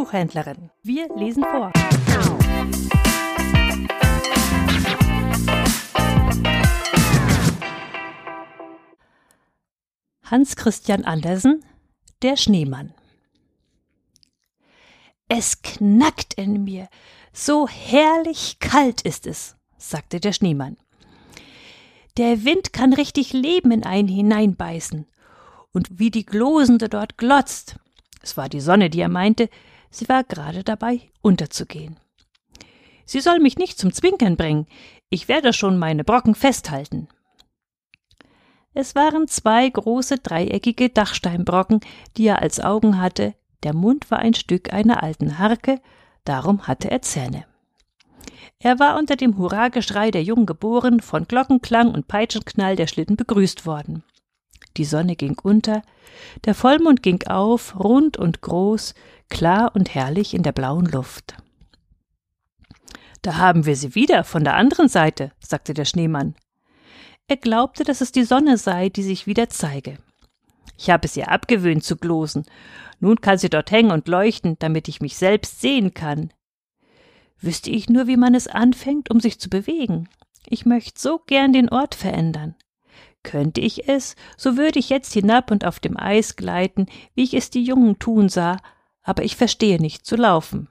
Buchhändlerin. Wir lesen vor. Hans Christian Andersen, Der Schneemann. »Es knackt in mir, so herrlich kalt ist es«, sagte der Schneemann. »Der Wind kann richtig Leben in einen hineinbeißen. Und wie die Glosende dort glotzt.« Es war die Sonne, die er meinte, sie war gerade dabei, unterzugehen. »Sie soll mich nicht zum Zwinkern bringen, ich werde schon meine Brocken festhalten.« Es waren 2 große, dreieckige Dachsteinbrocken, die er als Augen hatte. Der Mund war ein Stück einer alten Harke, darum hatte er Zähne. Er war unter dem Hurrageschrei der Jungen geboren, von Glockenklang und Peitschenknall der Schlitten begrüßt worden. Die Sonne ging unter, der Vollmond ging auf, rund und groß, klar und herrlich in der blauen Luft. »Da haben wir sie wieder, von der anderen Seite«, sagte der Schneemann. Er glaubte, dass es die Sonne sei, die sich wieder zeige. »Ich habe es ihr abgewöhnt zu glosen. Nun kann sie dort hängen und leuchten, damit ich mich selbst sehen kann. Wüsste ich nur, wie man es anfängt, um sich zu bewegen. Ich möchte so gern den Ort verändern. Könnte ich es, so würde ich jetzt hinab und auf dem Eis gleiten, wie ich es die Jungen tun sah, aber ich verstehe nicht zu laufen.«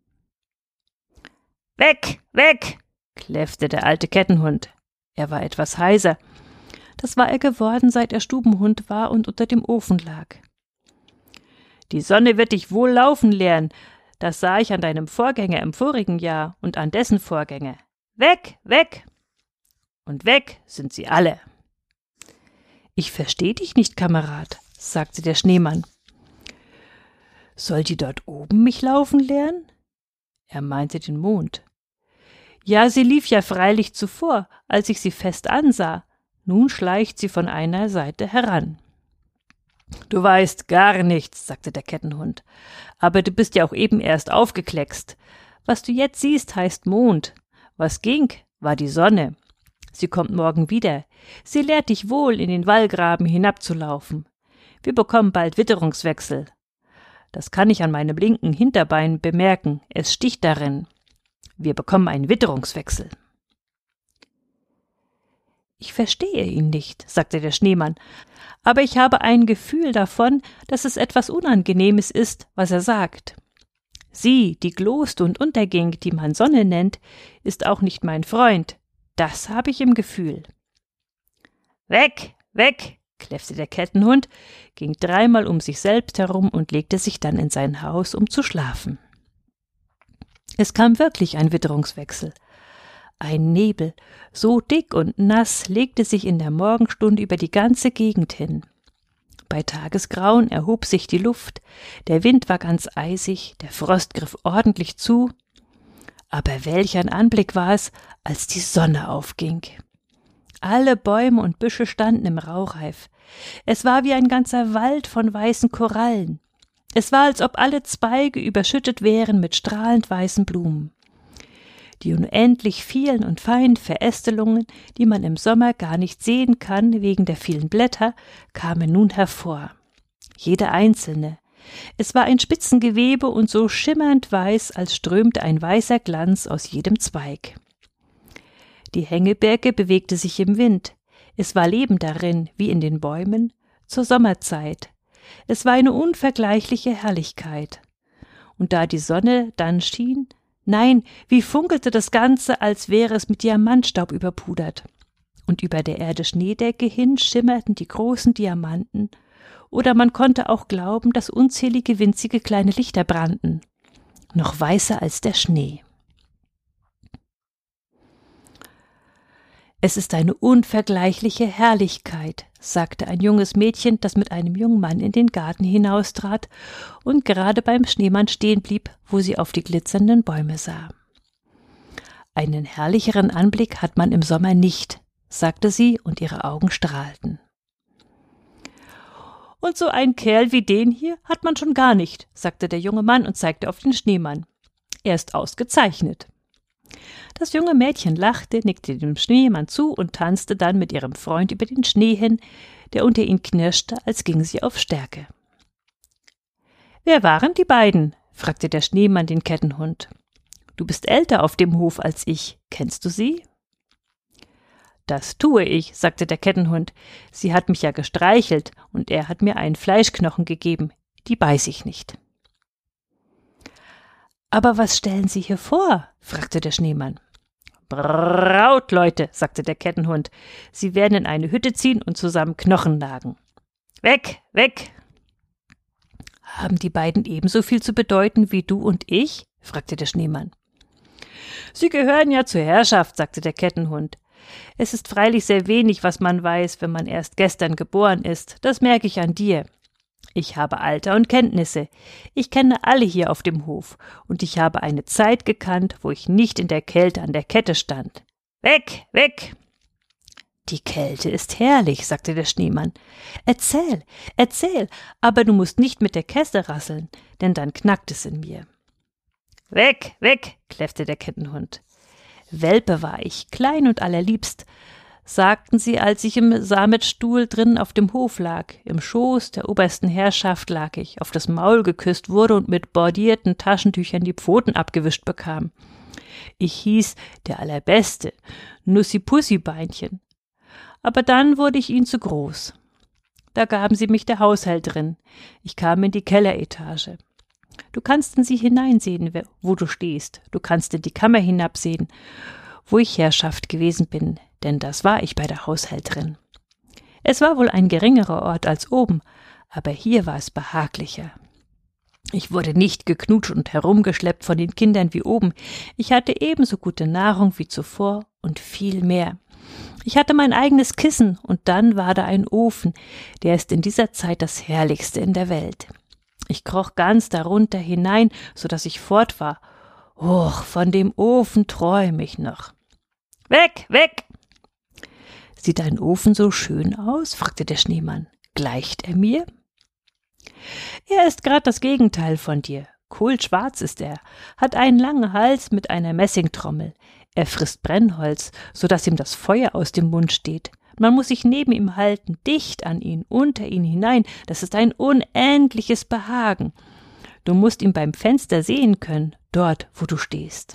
»Weg, weg«, kläffte der alte Kettenhund. Er war etwas heiser. Das war er geworden, seit er Stubenhund war und unter dem Ofen lag. »Die Sonne wird dich wohl laufen lernen, das sah ich an deinem Vorgänger im vorigen Jahr und an dessen Vorgänger. Weg, weg!« Und weg sind sie alle. »Ich verstehe dich nicht, Kamerad«, sagte der Schneemann. »Soll die dort oben mich laufen lernen?« Er meinte den Mond. »Ja, sie lief ja freilich zuvor, als ich sie fest ansah. Nun schleicht sie von einer Seite heran.« »Du weißt gar nichts«, sagte der Kettenhund. »Aber du bist ja auch eben erst aufgekleckst. Was du jetzt siehst, heißt Mond. Was ging, war die Sonne. Sie kommt morgen wieder. Sie lehrt dich wohl, in den Wallgraben hinabzulaufen. Wir bekommen bald Witterungswechsel. Das kann ich an meinem linken Hinterbein bemerken. Es sticht darin. Wir bekommen einen Witterungswechsel.« »Ich verstehe ihn nicht«, sagte der Schneemann, »aber ich habe ein Gefühl davon, dass es etwas Unangenehmes ist, was er sagt. Sie, die gloste und unterging, die man Sonne nennt, ist auch nicht mein Freund. Das habe ich im Gefühl.« »Weg, weg«, kläffte der Kettenhund, ging 3-mal um sich selbst herum und legte sich dann in sein Haus, um zu schlafen. Es kam wirklich ein Witterungswechsel. Ein Nebel, so dick und nass, legte sich in der Morgenstunde über die ganze Gegend hin. Bei Tagesgrauen erhob sich die Luft, der Wind war ganz eisig, der Frost griff ordentlich zu. Aber welch ein Anblick war es, als die Sonne aufging. Alle Bäume und Büsche standen im Rauchreif. Es war wie ein ganzer Wald von weißen Korallen. Es war, als ob alle Zweige überschüttet wären mit strahlend weißen Blumen. Die unendlich vielen und feinen Verästelungen, die man im Sommer gar nicht sehen kann wegen der vielen Blätter, kamen nun hervor. Jede einzelne. Es war ein Spitzengewebe und so schimmernd weiß, als strömte ein weißer Glanz aus jedem Zweig. Die Hängebirke bewegte sich im Wind. Es war Leben darin, wie in den Bäumen, zur Sommerzeit. Es war eine unvergleichliche Herrlichkeit. Und da die Sonne dann schien, nein, wie funkelte das Ganze, als wäre es mit Diamantstaub überpudert. Und über der Erde Schneedecke hin schimmerten die großen Diamanten, oder man konnte auch glauben, dass unzählige winzige kleine Lichter brannten, noch weißer als der Schnee. »Es ist eine unvergleichliche Herrlichkeit«, sagte ein junges Mädchen, das mit einem jungen Mann in den Garten hinaustrat und gerade beim Schneemann stehen blieb, wo sie auf die glitzernden Bäume sah. »Einen herrlicheren Anblick hat man im Sommer nicht«, sagte sie, und ihre Augen strahlten. »Und so einen Kerl wie den hier hat man schon gar nicht«, sagte der junge Mann und zeigte auf den Schneemann. »Er ist ausgezeichnet.« Das junge Mädchen lachte, nickte dem Schneemann zu und tanzte dann mit ihrem Freund über den Schnee hin, der unter ihnen knirschte, als ging sie auf Stärke. »Wer waren die beiden?« fragte der Schneemann den Kettenhund. »Du bist älter auf dem Hof als ich. Kennst du sie?« »Das tue ich«, sagte der Kettenhund. »Sie hat mich ja gestreichelt, und er hat mir einen Fleischknochen gegeben. Die beiß ich nicht.« »Aber was stellen Sie hier vor?« fragte der Schneemann. »Braut, Leute«, sagte der Kettenhund. »Sie werden in eine Hütte ziehen und zusammen Knochen nagen. Weg, weg!« »Haben die beiden ebenso viel zu bedeuten wie du und ich?« fragte der Schneemann. »Sie gehören ja zur Herrschaft«, sagte der Kettenhund. »Es ist freilich sehr wenig, was man weiß, wenn man erst gestern geboren ist. Das merke ich an dir. Ich habe Alter und Kenntnisse. Ich kenne alle hier auf dem Hof, und ich habe eine Zeit gekannt, wo ich nicht in der Kälte an der Kette stand. Weg, weg!« »Die Kälte ist herrlich«, sagte der Schneemann. »Erzähl, erzähl, aber du musst nicht mit der Kette rasseln, denn dann knackt es in mir.« »Weg, weg«, kläffte der Kettenhund. »Welpe war ich, klein und allerliebst«, sagten sie, als ich im Sametstuhl drin auf dem Hof lag. Im Schoß der obersten Herrschaft lag ich, auf das Maul geküsst wurde und mit bordierten Taschentüchern die Pfoten abgewischt bekam. Ich hieß der Allerbeste, Nussipussi-Beinchen. Aber dann wurde ich ihnen zu groß. Da gaben sie mich der Haushälterin. Ich kam in die Kelleretage. Du kannst in sie hineinsehen, wo du stehst. Du kannst in die Kammer hinabsehen, wo ich Herrschaft gewesen bin, denn das war ich bei der Haushälterin. Es war wohl ein geringerer Ort als oben, aber hier war es behaglicher. Ich wurde nicht geknutscht und herumgeschleppt von den Kindern wie oben. Ich hatte ebenso gute Nahrung wie zuvor und viel mehr. Ich hatte mein eigenes Kissen, und dann war da ein Ofen, der ist in dieser Zeit das Herrlichste in der Welt. Ich kroch ganz darunter hinein, so dass ich fort war. Och, von dem Ofen träume ich noch. Weg, weg! »Sieht dein Ofen so schön aus?« fragte der Schneemann. »Gleicht er mir?« »Er ist grad das Gegenteil von dir. Kohlschwarz ist er, hat einen langen Hals mit einer Messingtrommel. Er frisst Brennholz, so dass ihm das Feuer aus dem Mund steht. Man muss sich neben ihm halten, dicht an ihn, unter ihn hinein. Das ist ein unendliches Behagen. Du musst ihn beim Fenster sehen können, dort, wo du stehst.«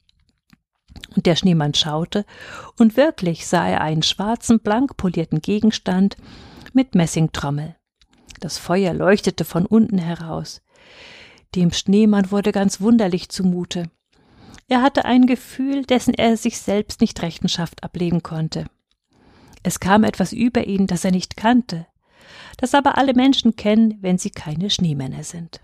Und der Schneemann schaute, und wirklich sah er einen schwarzen, blank polierten Gegenstand mit Messingtrommel. Das Feuer leuchtete von unten heraus. Dem Schneemann wurde ganz wunderlich zumute. Er hatte ein Gefühl, dessen er sich selbst nicht Rechenschaft ablegen konnte. Es kam etwas über ihn, das er nicht kannte, das aber alle Menschen kennen, wenn sie keine Schneemänner sind.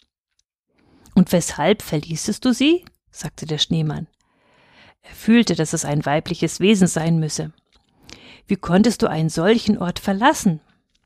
»Und weshalb verließest du sie?« sagte der Schneemann. Er fühlte, dass es ein weibliches Wesen sein müsse. »Wie konntest du einen solchen Ort verlassen?«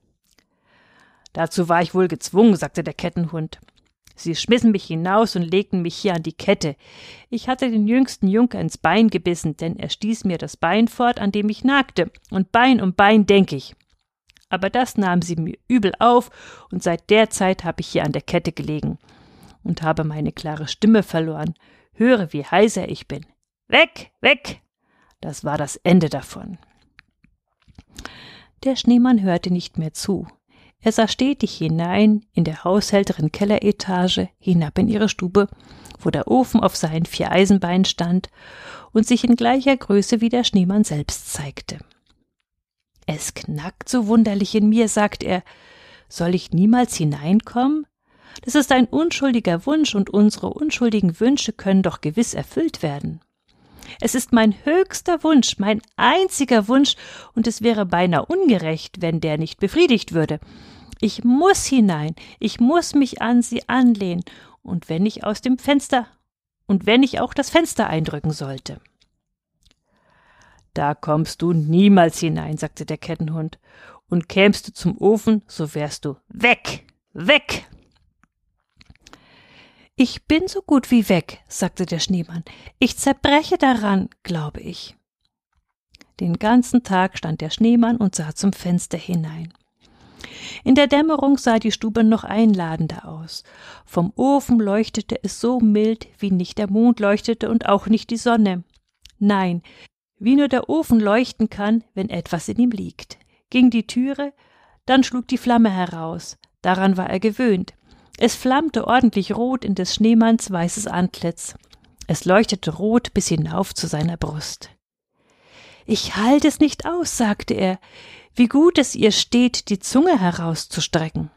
»Dazu war ich wohl gezwungen«, sagte der Kettenhund. »Sie schmissen mich hinaus und legten mich hier an die Kette. Ich hatte den jüngsten Junker ins Bein gebissen, denn er stieß mir das Bein fort, an dem ich nagte. Und Bein um Bein denk ich. Aber das nahmen sie mir übel auf, und seit der Zeit habe ich hier an der Kette gelegen und habe meine klare Stimme verloren. Höre, wie heiser ich bin. Weg, weg!« Das war das Ende davon. Der Schneemann hörte nicht mehr zu. Er sah stetig hinein in der Haushälterin Kelleretage, hinab in ihre Stube, wo der Ofen auf seinen 4 Eisenbeinen stand und sich in gleicher Größe wie der Schneemann selbst zeigte. »Es knackt so wunderlich in mir«, sagt er. »Soll ich niemals hineinkommen? Das ist ein unschuldiger Wunsch, und unsere unschuldigen Wünsche können doch gewiss erfüllt werden. Es ist mein höchster Wunsch, mein einziger Wunsch, und es wäre beinahe ungerecht, wenn der nicht befriedigt würde. Ich muss hinein, ich muss mich an sie anlehnen, und wenn ich auch das Fenster eindrücken sollte.« »Da kommst du niemals hinein«, sagte der Kettenhund, »und kämst du zum Ofen, so wärst du weg, weg!« »Ich bin so gut wie weg«, sagte der Schneemann. »Ich zerbreche daran, glaube ich.« Den ganzen Tag stand der Schneemann und sah zum Fenster hinein. In der Dämmerung sah die Stube noch einladender aus. Vom Ofen leuchtete es so mild, wie nicht der Mond leuchtete und auch nicht die Sonne. Nein, wie nur der Ofen leuchten kann, wenn etwas in ihm liegt. Ging die Türe, dann schlug die Flamme heraus. Daran war er gewöhnt. Es flammte ordentlich rot in des Schneemanns weißes Antlitz. Es leuchtete rot bis hinauf zu seiner Brust. »Ich halt es nicht aus«, sagte er, »wie gut es ihr steht, die Zunge herauszustrecken.«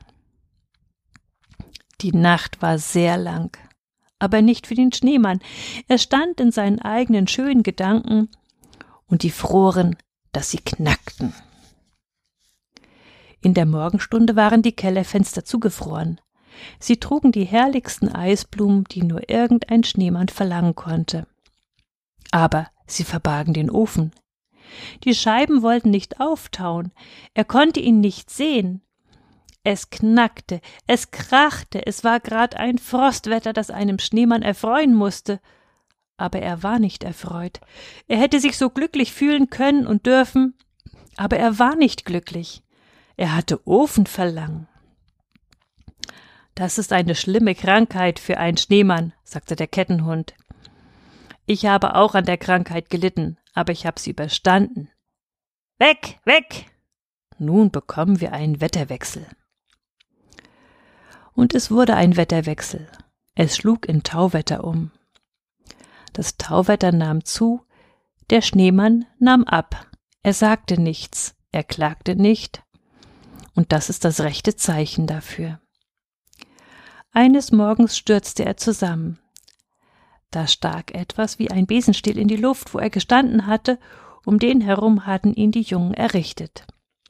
Die Nacht war sehr lang, aber nicht für den Schneemann. Er stand in seinen eigenen schönen Gedanken, und die froren, dass sie knackten. In der Morgenstunde waren die Kellerfenster zugefroren. Sie trugen die herrlichsten Eisblumen, die nur irgendein Schneemann verlangen konnte. Aber sie verbargen den Ofen. Die Scheiben wollten nicht auftauen, er konnte ihn nicht sehen. Es knackte, es krachte, es war grad ein Frostwetter, das einem Schneemann erfreuen musste. Aber er war nicht erfreut. Er hätte sich so glücklich fühlen können und dürfen, aber er war nicht glücklich. Er hatte Ofenverlangen. »Das ist eine schlimme Krankheit für einen Schneemann«, sagte der Kettenhund. »Ich habe auch an der Krankheit gelitten, aber ich habe sie überstanden. Weg, weg! Nun bekommen wir einen Wetterwechsel.« Und es wurde ein Wetterwechsel. Es schlug in Tauwetter um. Das Tauwetter nahm zu, der Schneemann nahm ab. Er sagte nichts, er klagte nicht. Und das ist das rechte Zeichen dafür. Eines Morgens stürzte er zusammen. Da stak etwas wie ein Besenstiel in die Luft, wo er gestanden hatte, um den herum hatten ihn die Jungen errichtet.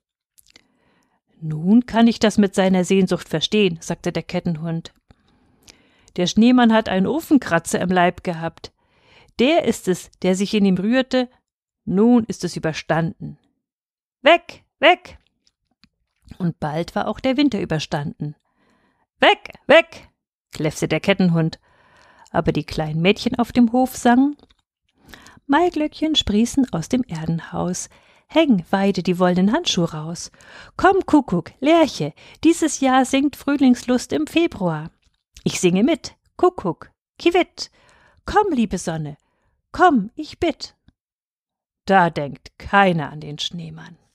»Nun kann ich das mit seiner Sehnsucht verstehen«, sagte der Kettenhund. »Der Schneemann hat einen Ofenkratzer im Leib gehabt. Der ist es, der sich in ihm rührte. Nun ist es überstanden. Weg, weg!« Und bald war auch der Winter überstanden. »Weg, weg«, kläffte der Kettenhund. Aber die kleinen Mädchen auf dem Hof sangen: »Maiglöckchen sprießen aus dem Erdenhaus, häng, Weide, die wollenen Handschuhe raus. Komm, Kuckuck, Lerche, dieses Jahr singt Frühlingslust im Februar. Ich singe mit, Kuckuck, Kivitt. Komm, liebe Sonne, komm, ich bitt.« Da denkt keiner an den Schneemann.